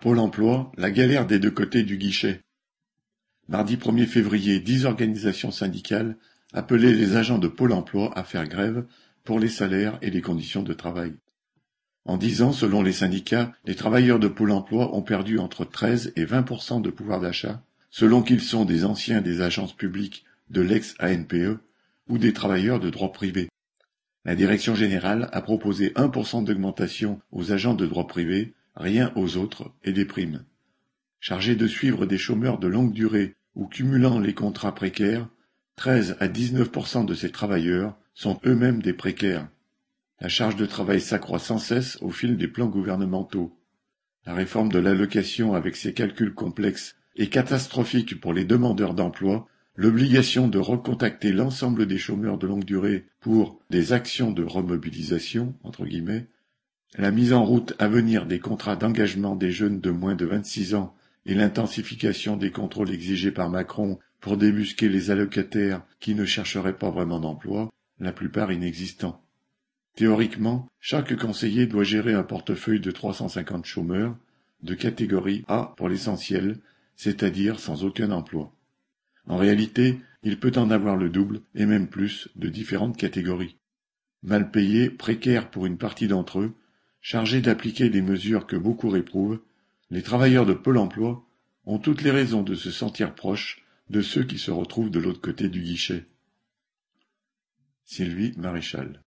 Pôle emploi, la galère des deux côtés du guichet. Mardi 1er février, 10 organisations syndicales appelaient les agents de Pôle emploi à faire grève pour les salaires et les conditions de travail. En 10 ans, selon les syndicats, les travailleurs de Pôle emploi ont perdu entre 13 et 20% de pouvoir d'achat, selon qu'ils sont des anciens des agences publiques de l'ex-ANPE ou des travailleurs de droit privé. La direction générale a proposé 1% d'augmentation aux agents de droit privé, rien aux autres, et des primes. Chargés de suivre des chômeurs de longue durée ou cumulant les contrats précaires, 13 à 19% de ces travailleurs sont eux-mêmes des précaires. La charge de travail s'accroît sans cesse au fil des plans gouvernementaux. La réforme de l'allocation avec ses calculs complexes est catastrophique pour les demandeurs d'emploi, l'obligation de recontacter l'ensemble des chômeurs de longue durée pour des actions de remobilisation, entre guillemets, la mise en route à venir des contrats d'engagement des jeunes de moins de 26 ans et l'intensification des contrôles exigés par Macron pour débusquer les allocataires qui ne chercheraient pas vraiment d'emploi, la plupart inexistants. Théoriquement, chaque conseiller doit gérer un portefeuille de 350 chômeurs, de catégorie A pour l'essentiel, c'est-à-dire sans aucun emploi. En réalité, il peut en avoir le double, et même plus, de différentes catégories. Mal payés, précaires pour une partie d'entre eux, chargés d'appliquer les mesures que beaucoup réprouvent, les travailleurs de Pôle emploi ont toutes les raisons de se sentir proches de ceux qui se retrouvent de l'autre côté du guichet. Sylvie Maréchal.